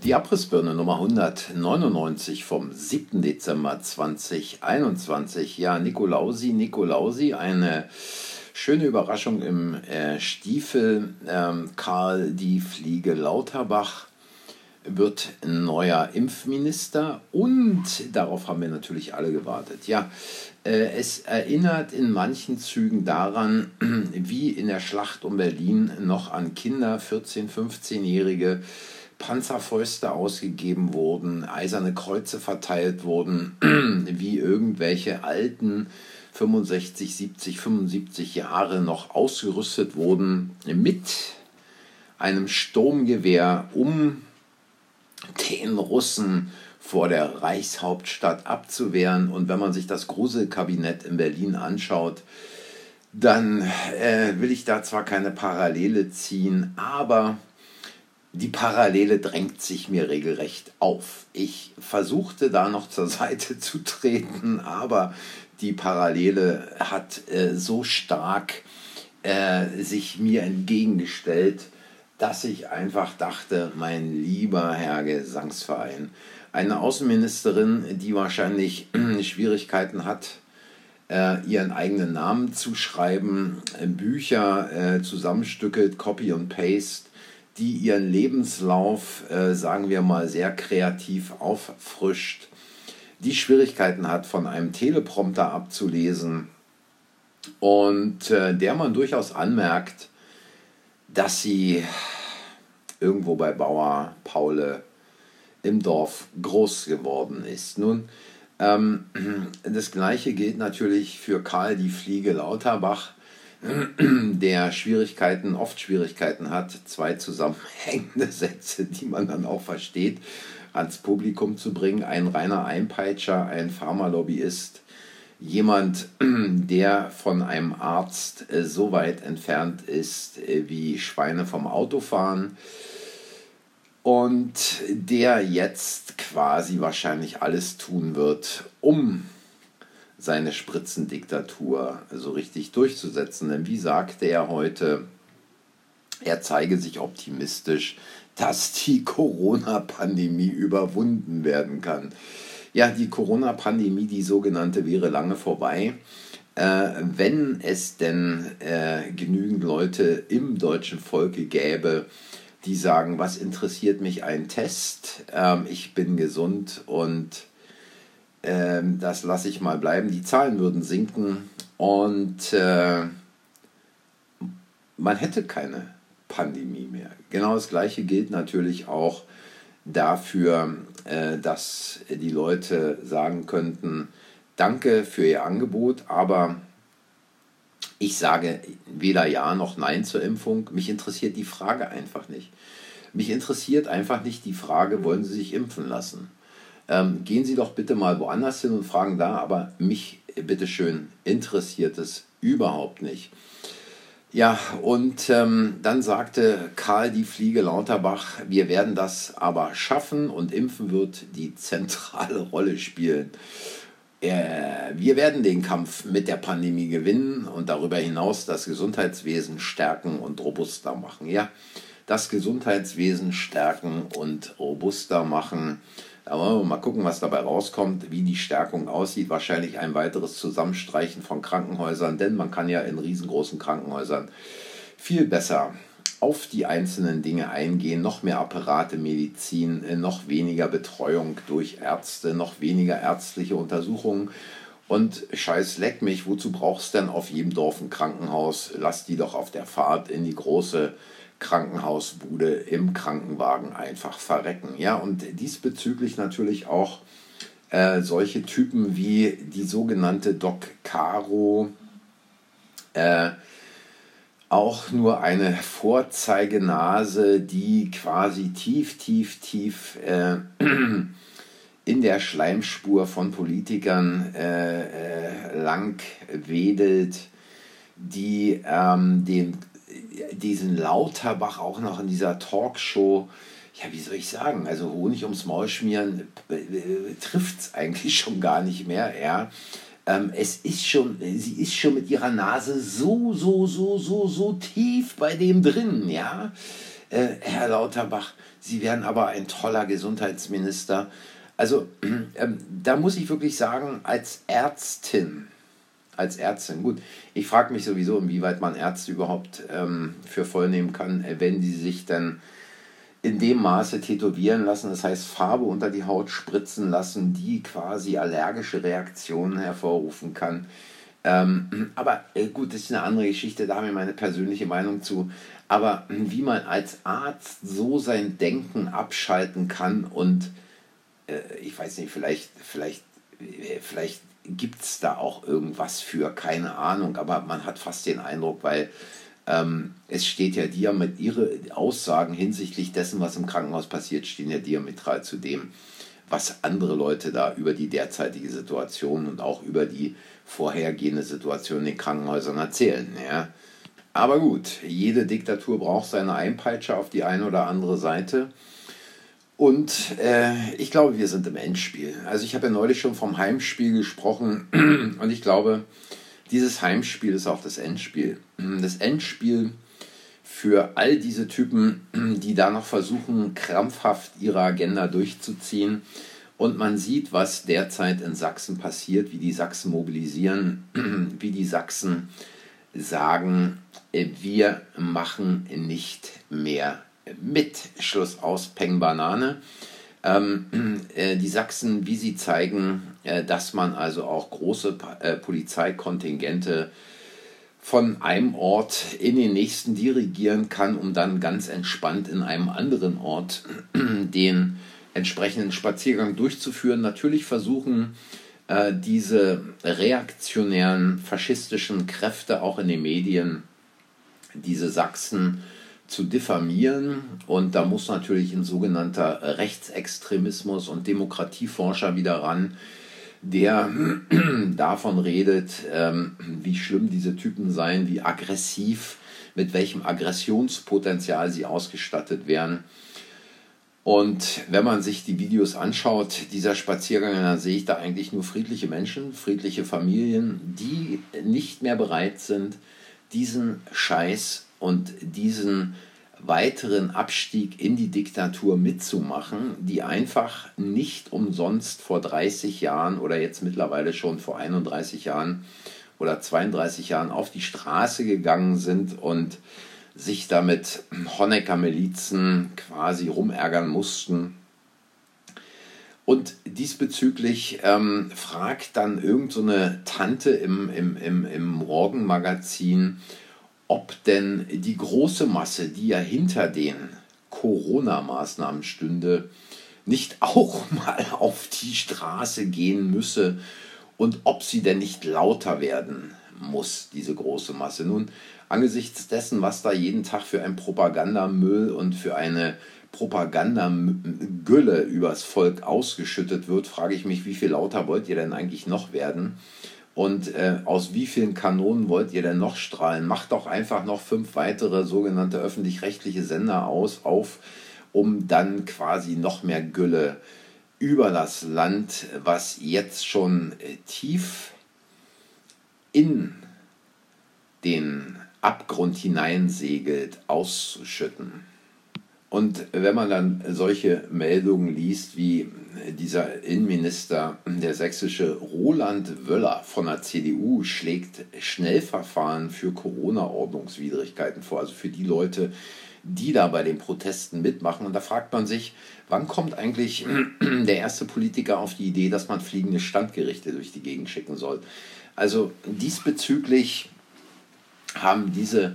Die Abrissbirne Nummer 199 vom 7. Dezember 2021. Ja, Nikolausi, eine schöne Überraschung im Stiefel. Karl die Fliege Lauterbach wird neuer Impfminister und darauf haben wir natürlich alle gewartet. Ja, es erinnert in manchen Zügen daran, wie in der Schlacht um Berlin noch an Kinder, 14-, 15-Jährige, Panzerfäuste ausgegeben wurden, eiserne Kreuze verteilt wurden, wie irgendwelche alten 65, 70, 75 Jahre noch ausgerüstet wurden mit einem Sturmgewehr, um den Russen vor der Reichshauptstadt abzuwehren. Und wenn man sich das Gruselkabinett in Berlin anschaut, dann will ich da zwar keine Parallele ziehen, aber die Parallele drängt sich mir regelrecht auf. Ich versuchte da noch zur Seite zu treten, aber die Parallele hat so stark sich mir entgegengestellt, dass ich einfach dachte, mein lieber Herr Gesangsverein, eine Außenministerin, die wahrscheinlich Schwierigkeiten hat, ihren eigenen Namen zu schreiben, Bücher zusammenstückelt, Copy und Paste, die ihren Lebenslauf, sagen wir mal, sehr kreativ auffrischt, die Schwierigkeiten hat, von einem Teleprompter abzulesen und der man durchaus anmerkt, dass sie irgendwo bei Bauer Paule im Dorf groß geworden ist. Nun, das Gleiche gilt natürlich für Karl die Fliege Lauterbach, der oft Schwierigkeiten hat, zwei zusammenhängende Sätze, die man dann auch versteht, ans Publikum zu bringen. Ein reiner Einpeitscher, ein Pharmalobbyist, jemand, der von einem Arzt so weit entfernt ist wie Schweine vom Autofahren und der jetzt quasi wahrscheinlich alles tun wird, um seine Spritzendiktatur so richtig durchzusetzen. Denn wie sagte er heute, er zeige sich optimistisch, dass die Corona-Pandemie überwunden werden kann. Ja, die Corona-Pandemie, die sogenannte, wäre lange vorbei, wenn es denn genügend Leute im deutschen Volke gäbe, die sagen, was interessiert mich ein Test, ich bin gesund und das lasse ich mal bleiben. Die Zahlen würden sinken und man hätte keine Pandemie mehr. Genau das Gleiche gilt natürlich auch dafür, dass die Leute sagen könnten, danke für Ihr Angebot, aber ich sage weder Ja noch Nein zur Impfung. Mich interessiert die Frage einfach nicht. Mich interessiert einfach nicht die Frage, wollen Sie sich impfen lassen? Gehen Sie doch bitte mal woanders hin und fragen da, aber mich bitteschön interessiert es überhaupt nicht. Ja, und dann sagte Karl die Fliege Lauterbach, wir werden das aber schaffen und Impfen wird die zentrale Rolle spielen. Wir werden den Kampf mit der Pandemie gewinnen und darüber hinaus das Gesundheitswesen stärken und robuster machen. Ja, das Gesundheitswesen stärken und robuster machen. Da wollen wir mal gucken, was dabei rauskommt, wie die Stärkung aussieht. Wahrscheinlich ein weiteres Zusammenstreichen von Krankenhäusern, denn man kann ja in riesengroßen Krankenhäusern viel besser auf die einzelnen Dinge eingehen. Noch mehr Apparate, Medizin, noch weniger Betreuung durch Ärzte, noch weniger ärztliche Untersuchungen. Und scheiß leck mich, wozu brauchst du denn auf jedem Dorf ein Krankenhaus? Lass die doch auf der Fahrt in die große Krankenhausbude im Krankenwagen einfach verrecken. Ja, und diesbezüglich natürlich auch solche Typen wie die sogenannte Doc Caro, auch nur eine Vorzeigenase, die quasi tief in der Schleimspur von Politikern lang wedelt, die diesen Lauterbach auch noch in dieser Talkshow, ja, wie soll ich sagen, also Honig ums Maul schmieren trifft es eigentlich schon gar nicht mehr, ja. Sie ist schon mit ihrer Nase so tief bei dem drin, ja. Herr Lauterbach, Sie wären aber ein toller Gesundheitsminister. Also da muss ich wirklich sagen, als Ärztin, gut, ich frage mich sowieso, inwieweit man Ärzte überhaupt für voll nehmen kann, wenn die sich dann in dem Maße tätowieren lassen, das heißt Farbe unter die Haut spritzen lassen, die quasi allergische Reaktionen hervorrufen kann. Aber gut, das ist eine andere Geschichte, da habe ich meine persönliche Meinung zu. Aber wie man als Arzt so sein Denken abschalten kann und ich weiß nicht, vielleicht gibt es da auch irgendwas für, keine Ahnung, aber man hat fast den Eindruck, weil es steht ja ihre Aussagen hinsichtlich dessen, was im Krankenhaus passiert, stehen ja diametral zu dem, was andere Leute da über die derzeitige Situation und auch über die vorhergehende Situation in den Krankenhäusern erzählen. Ja. Aber gut, jede Diktatur braucht seine Einpeitscher auf die eine oder andere Seite. Und ich glaube, wir sind im Endspiel. Also ich habe ja neulich schon vom Heimspiel gesprochen und ich glaube, dieses Heimspiel ist auch das Endspiel. Das Endspiel für all diese Typen, die da noch versuchen, krampfhaft ihre Agenda durchzuziehen. Und man sieht, was derzeit in Sachsen passiert, wie die Sachsen mobilisieren, wie die Sachsen sagen, wir machen nicht mehr mit. Schluss aus, Peng Banane. Die Sachsen, wie sie zeigen, dass man also auch große Polizeikontingente von einem Ort in den nächsten dirigieren kann, um dann ganz entspannt in einem anderen Ort den entsprechenden Spaziergang durchzuführen. Natürlich versuchen diese reaktionären faschistischen Kräfte auch in den Medien diese Sachsen zu diffamieren, und da muss natürlich ein sogenannter Rechtsextremismus und Demokratieforscher wieder ran, der davon redet, wie schlimm diese Typen seien, wie aggressiv, mit welchem Aggressionspotenzial sie ausgestattet wären. Und wenn man sich die Videos anschaut, dieser Spaziergang, dann sehe ich da eigentlich nur friedliche Menschen, friedliche Familien, die nicht mehr bereit sind, diesen Scheiß und diesen weiteren Abstieg in die Diktatur mitzumachen, die einfach nicht umsonst vor 30 Jahren oder jetzt mittlerweile schon vor 31 Jahren oder 32 Jahren auf die Straße gegangen sind und sich damit Honecker-Milizen quasi rumärgern mussten. Und diesbezüglich fragt dann irgend so eine Tante im Morgenmagazin, ob denn die große Masse, die ja hinter den Corona-Maßnahmen stünde, nicht auch mal auf die Straße gehen müsse und ob sie denn nicht lauter werden muss, diese große Masse. Nun, angesichts dessen, was da jeden Tag für ein Propagandamüll und für eine Propagandagülle übers Volk ausgeschüttet wird, frage ich mich, wie viel lauter wollt ihr denn eigentlich noch werden? Und aus wie vielen Kanonen wollt ihr denn noch strahlen? Macht doch einfach noch 5 weitere sogenannte öffentlich-rechtliche Sender auf, um dann quasi noch mehr Gülle über das Land, was jetzt schon tief in den Abgrund hineinsegelt, auszuschütten. Und wenn man dann solche Meldungen liest, wie dieser Innenminister, der sächsische Roland Wöller von der CDU, schlägt Schnellverfahren für Corona-Ordnungswidrigkeiten vor, also für die Leute, die da bei den Protesten mitmachen. Und da fragt man sich, wann kommt eigentlich der erste Politiker auf die Idee, dass man fliegende Standgerichte durch die Gegend schicken soll? Also diesbezüglich haben diese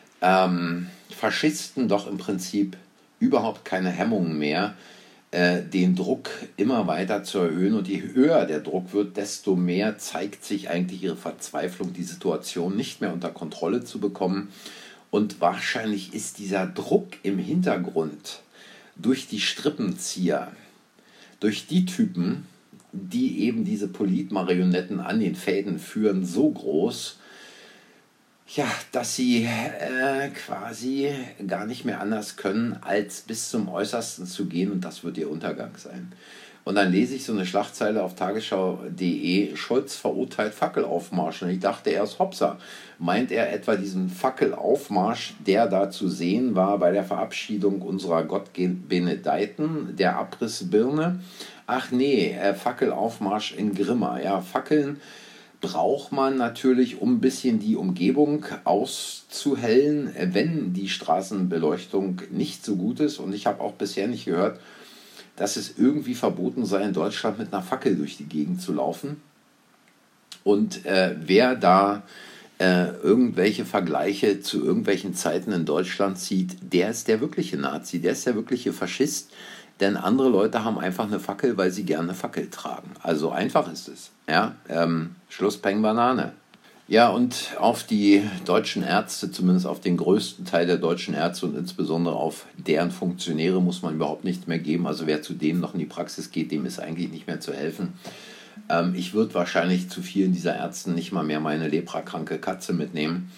Faschisten doch im Prinzip überhaupt keine Hemmungen mehr, den Druck immer weiter zu erhöhen. Und je höher der Druck wird, desto mehr zeigt sich eigentlich ihre Verzweiflung, die Situation nicht mehr unter Kontrolle zu bekommen. Und wahrscheinlich ist dieser Druck im Hintergrund durch die Strippenzieher, durch die Typen, die eben diese Politmarionetten an den Fäden führen, so groß, ja, dass sie quasi gar nicht mehr anders können, als bis zum Äußersten zu gehen, und das wird ihr Untergang sein. Und dann lese ich so eine Schlagzeile auf tagesschau.de: Scholz verurteilt Fackelaufmarsch. Und ich dachte erst, hopsa, meint er etwa diesen Fackelaufmarsch, der da zu sehen war bei der Verabschiedung unserer Gottbenedeiten, der Abrissbirne? Ach nee, Fackelaufmarsch in Grimma. Ja, Fackeln braucht man natürlich, um ein bisschen die Umgebung auszuhellen, wenn die Straßenbeleuchtung nicht so gut ist. Und ich habe auch bisher nicht gehört, dass es irgendwie verboten sei, in Deutschland mit einer Fackel durch die Gegend zu laufen. Und wer da irgendwelche Vergleiche zu irgendwelchen Zeiten in Deutschland zieht, der ist der wirkliche Nazi, der ist der wirkliche Faschist. Denn andere Leute haben einfach eine Fackel, weil sie gerne Fackel tragen. Also einfach ist es. Ja? Schluss, Peng, Banane. Ja, und auf die deutschen Ärzte, zumindest auf den größten Teil der deutschen Ärzte und insbesondere auf deren Funktionäre, muss man überhaupt nichts mehr geben. Also wer zu denen noch in die Praxis geht, dem ist eigentlich nicht mehr zu helfen. Ich würde wahrscheinlich zu vielen dieser Ärzten nicht mal mehr meine leprakranke Katze mitnehmen,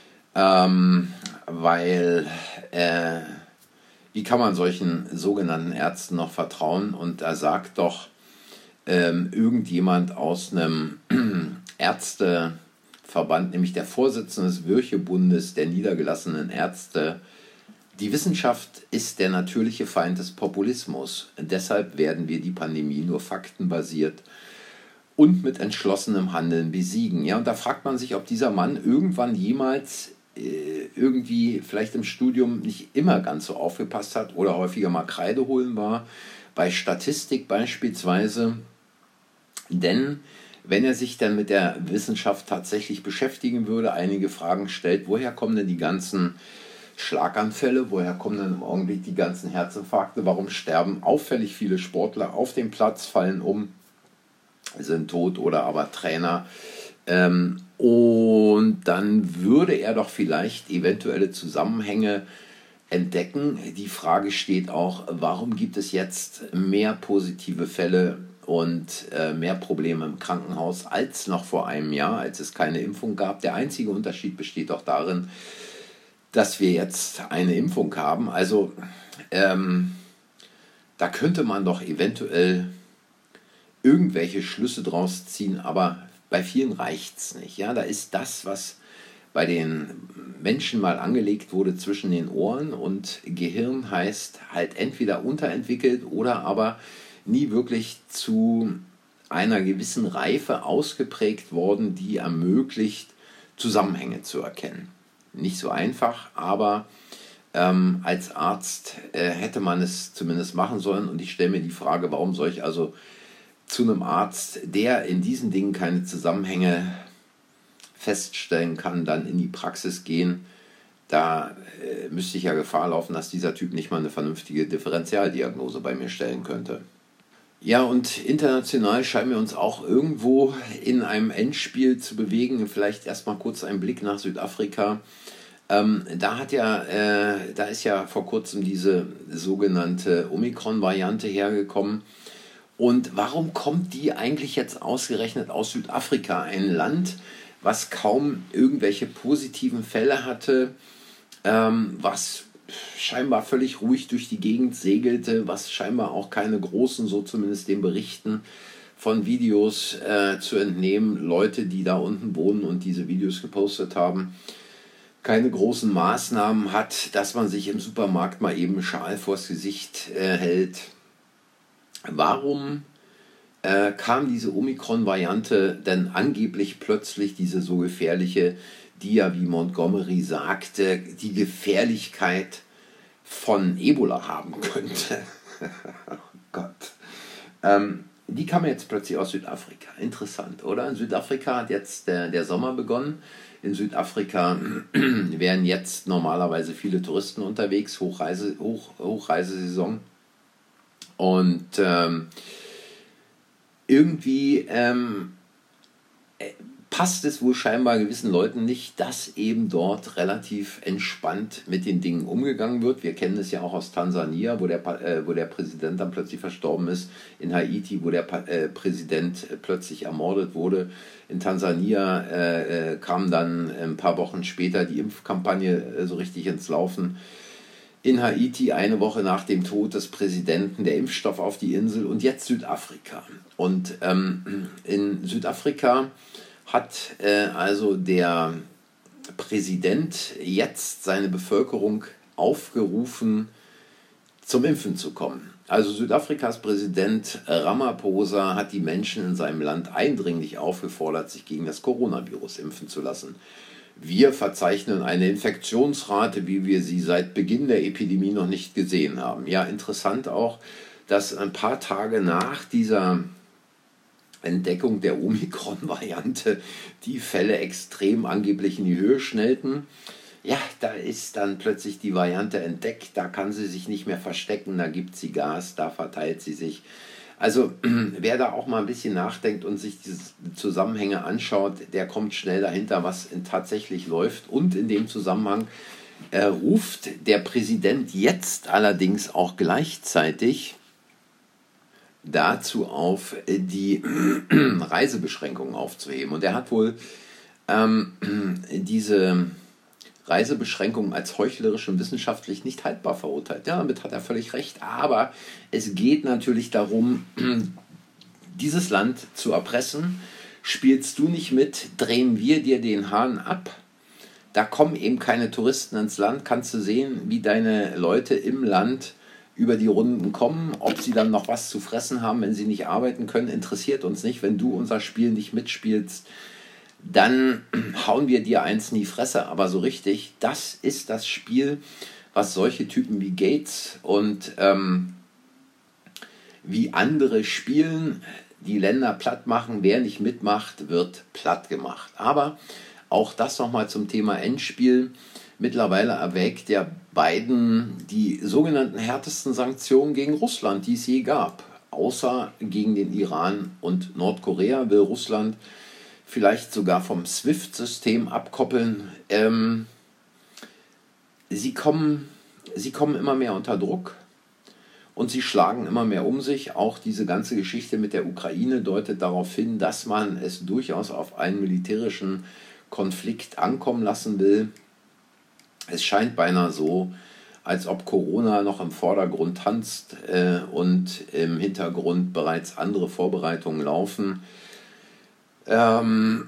weil wie kann man solchen sogenannten Ärzten noch vertrauen? Und da sagt doch irgendjemand aus einem Ärzteverband, nämlich der Vorsitzende des Virchow-Bundes der niedergelassenen Ärzte: Die Wissenschaft ist der natürliche Feind des Populismus. Deshalb werden wir die Pandemie nur faktenbasiert und mit entschlossenem Handeln besiegen. Ja, und da fragt man sich, ob dieser Mann irgendwann jemals irgendwie vielleicht im Studium nicht immer ganz so aufgepasst hat oder häufiger mal Kreide holen war, bei Statistik beispielsweise. Denn wenn er sich dann mit der Wissenschaft tatsächlich beschäftigen würde, einige Fragen stellt: Woher kommen denn die ganzen Schlaganfälle, woher kommen denn im Augenblick die ganzen Herzinfarkte, warum sterben auffällig viele Sportler auf dem Platz, fallen um, sind tot oder aber Trainer, und dann würde er doch vielleicht eventuelle Zusammenhänge entdecken. Die Frage steht auch, warum gibt es jetzt mehr positive Fälle und mehr Probleme im Krankenhaus als noch vor einem Jahr, als es keine Impfung gab? Der einzige Unterschied besteht doch darin, dass wir jetzt eine Impfung haben. Also da könnte man doch eventuell irgendwelche Schlüsse draus ziehen, aber bei vielen reicht es nicht. Ja? Da ist das, was bei den Menschen mal angelegt wurde zwischen den Ohren und Gehirn, heißt halt entweder unterentwickelt oder aber nie wirklich zu einer gewissen Reife ausgeprägt worden, die ermöglicht, Zusammenhänge zu erkennen. Nicht so einfach, aber als Arzt hätte man es zumindest machen sollen. Und ich stelle mir die Frage, warum soll ich also zu einem Arzt, der in diesen Dingen keine Zusammenhänge feststellen kann, dann in die Praxis gehen? Da müsste ich ja Gefahr laufen, dass dieser Typ nicht mal eine vernünftige Differentialdiagnose bei mir stellen könnte. Ja, und international scheinen wir uns auch irgendwo in einem Endspiel zu bewegen. Vielleicht erstmal kurz ein Blick nach Südafrika. Da ist ja vor kurzem diese sogenannte Omikron-Variante hergekommen. Und warum kommt die eigentlich jetzt ausgerechnet aus Südafrika? Ein Land, was kaum irgendwelche positiven Fälle hatte, was scheinbar völlig ruhig durch die Gegend segelte, was scheinbar auch keine großen, so zumindest den Berichten von Videos zu entnehmen, Leute, die da unten wohnen und diese Videos gepostet haben, keine großen Maßnahmen hat, dass man sich im Supermarkt mal eben einen Schal vors Gesicht hält. Warum kam diese Omikron-Variante denn angeblich plötzlich, diese so gefährliche, die ja, wie Montgomery sagte, die Gefährlichkeit von Ebola haben könnte? Oh Gott. Die kam jetzt plötzlich aus Südafrika. Interessant, oder? In Südafrika hat jetzt der Sommer begonnen. In Südafrika wären jetzt normalerweise viele Touristen unterwegs, Hochreisesaison. Und irgendwie passt es wohl scheinbar gewissen Leuten nicht, dass eben dort relativ entspannt mit den Dingen umgegangen wird. Wir kennen es ja auch aus Tansania, wo der Präsident dann plötzlich verstorben ist, in Haiti, wo der Präsident plötzlich ermordet wurde. In Tansania kam dann ein paar Wochen später die Impfkampagne so richtig ins Laufen. in Haiti eine Woche nach dem Tod des Präsidenten der Impfstoff auf die Insel und jetzt Südafrika. Und in Südafrika hat also der Präsident jetzt seine Bevölkerung aufgerufen, zum Impfen zu kommen. Also Südafrikas Präsident Ramaphosa hat die Menschen in seinem Land eindringlich aufgefordert, sich gegen das Coronavirus impfen zu lassen. Wir verzeichnen eine Infektionsrate, wie wir sie seit Beginn der Epidemie noch nicht gesehen haben. Ja, interessant auch, dass ein paar Tage nach dieser Entdeckung der Omikron-Variante die Fälle extrem angeblich in die Höhe schnellten. Ja, da ist dann plötzlich die Variante entdeckt, da kann sie sich nicht mehr verstecken, da gibt sie Gas, da verteilt sie sich. Also wer da auch mal ein bisschen nachdenkt und sich diese Zusammenhänge anschaut, der kommt schnell dahinter, was tatsächlich läuft. Und in dem Zusammenhang ruft der Präsident jetzt allerdings auch gleichzeitig dazu auf, die Reisebeschränkungen aufzuheben. Und er hat wohl diese Reisebeschränkungen als heuchlerisch und wissenschaftlich nicht haltbar verurteilt. Ja, damit hat er völlig recht. Aber es geht natürlich darum, dieses Land zu erpressen. Spielst du nicht mit, drehen wir dir den Hahn ab. Da kommen eben keine Touristen ins Land. Kannst du sehen, wie deine Leute im Land über die Runden kommen. Ob sie dann noch was zu fressen haben, wenn sie nicht arbeiten können, interessiert uns nicht. Wenn du unser Spiel nicht mitspielst, dann hauen wir dir eins in die Fresse, aber so richtig. Das ist das Spiel, was solche Typen wie Gates und wie andere spielen, die Länder platt machen. Wer nicht mitmacht, wird platt gemacht. Aber auch das nochmal zum Thema Endspiel. Mittlerweile erwägt ja Biden die sogenannten härtesten Sanktionen gegen Russland, die es je gab. Außer gegen den Iran und Nordkorea will Russland vielleicht sogar vom SWIFT-System abkoppeln. Sie kommen immer mehr unter Druck und sie schlagen immer mehr um sich. Auch diese ganze Geschichte mit der Ukraine deutet darauf hin, dass man es durchaus auf einen militärischen Konflikt ankommen lassen will. Es scheint beinahe so, als ob Corona noch im Vordergrund tanzt und im Hintergrund bereits andere Vorbereitungen laufen. Man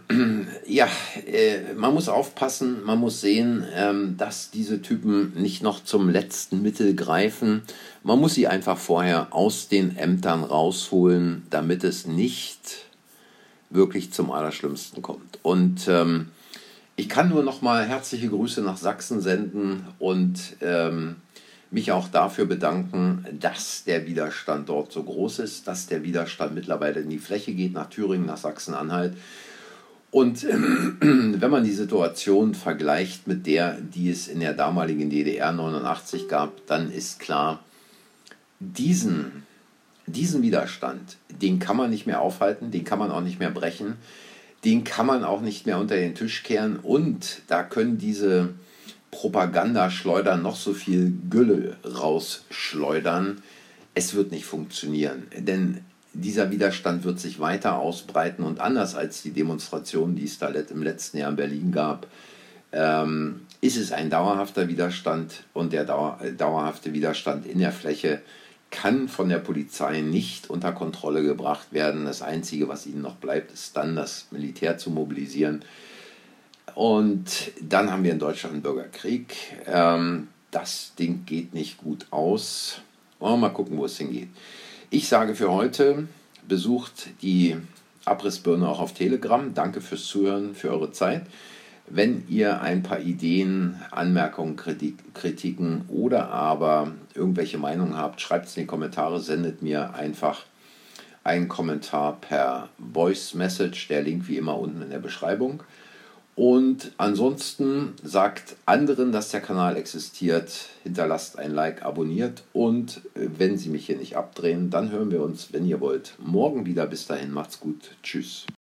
muss aufpassen, man muss sehen, dass diese Typen nicht noch zum letzten Mittel greifen. Man muss sie einfach vorher aus den Ämtern rausholen, damit es nicht wirklich zum Allerschlimmsten kommt. Und ich kann nur noch mal herzliche Grüße nach Sachsen senden und mich auch dafür bedanken, dass der Widerstand dort so groß ist, dass der Widerstand mittlerweile in die Fläche geht, nach Thüringen, nach Sachsen-Anhalt. Und wenn man die Situation vergleicht mit der, die es in der damaligen DDR 89 gab, dann ist klar, diesen Widerstand, den kann man nicht mehr aufhalten, den kann man auch nicht mehr brechen, den kann man auch nicht mehr unter den Tisch kehren und da können diese Propagandaschleudern noch so viel Gülle rausschleudern. Es wird nicht funktionieren, denn dieser Widerstand wird sich weiter ausbreiten und anders als die Demonstrationen, die es da im letzten Jahr in Berlin gab, ist es ein dauerhafter Widerstand und der dauerhafte Widerstand in der Fläche kann von der Polizei nicht unter Kontrolle gebracht werden. Das Einzige, was ihnen noch bleibt, ist dann das Militär zu mobilisieren. Und dann haben wir in Deutschland einen Bürgerkrieg. Das Ding geht nicht gut aus. Mal gucken, wo es hingeht. Ich sage für heute, besucht die Abrissbirne auch auf Telegram. Danke fürs Zuhören, für eure Zeit. Wenn ihr ein paar Ideen, Anmerkungen, Kritiken oder aber irgendwelche Meinungen habt, schreibt es in die Kommentare, sendet mir einfach einen Kommentar per Voice Message, der Link wie immer unten in der Beschreibung. Und ansonsten sagt anderen, dass der Kanal existiert, hinterlasst ein Like, abonniert und wenn Sie mich hier nicht abdrehen, dann hören wir uns, wenn ihr wollt, morgen wieder. Bis dahin, macht's gut, tschüss.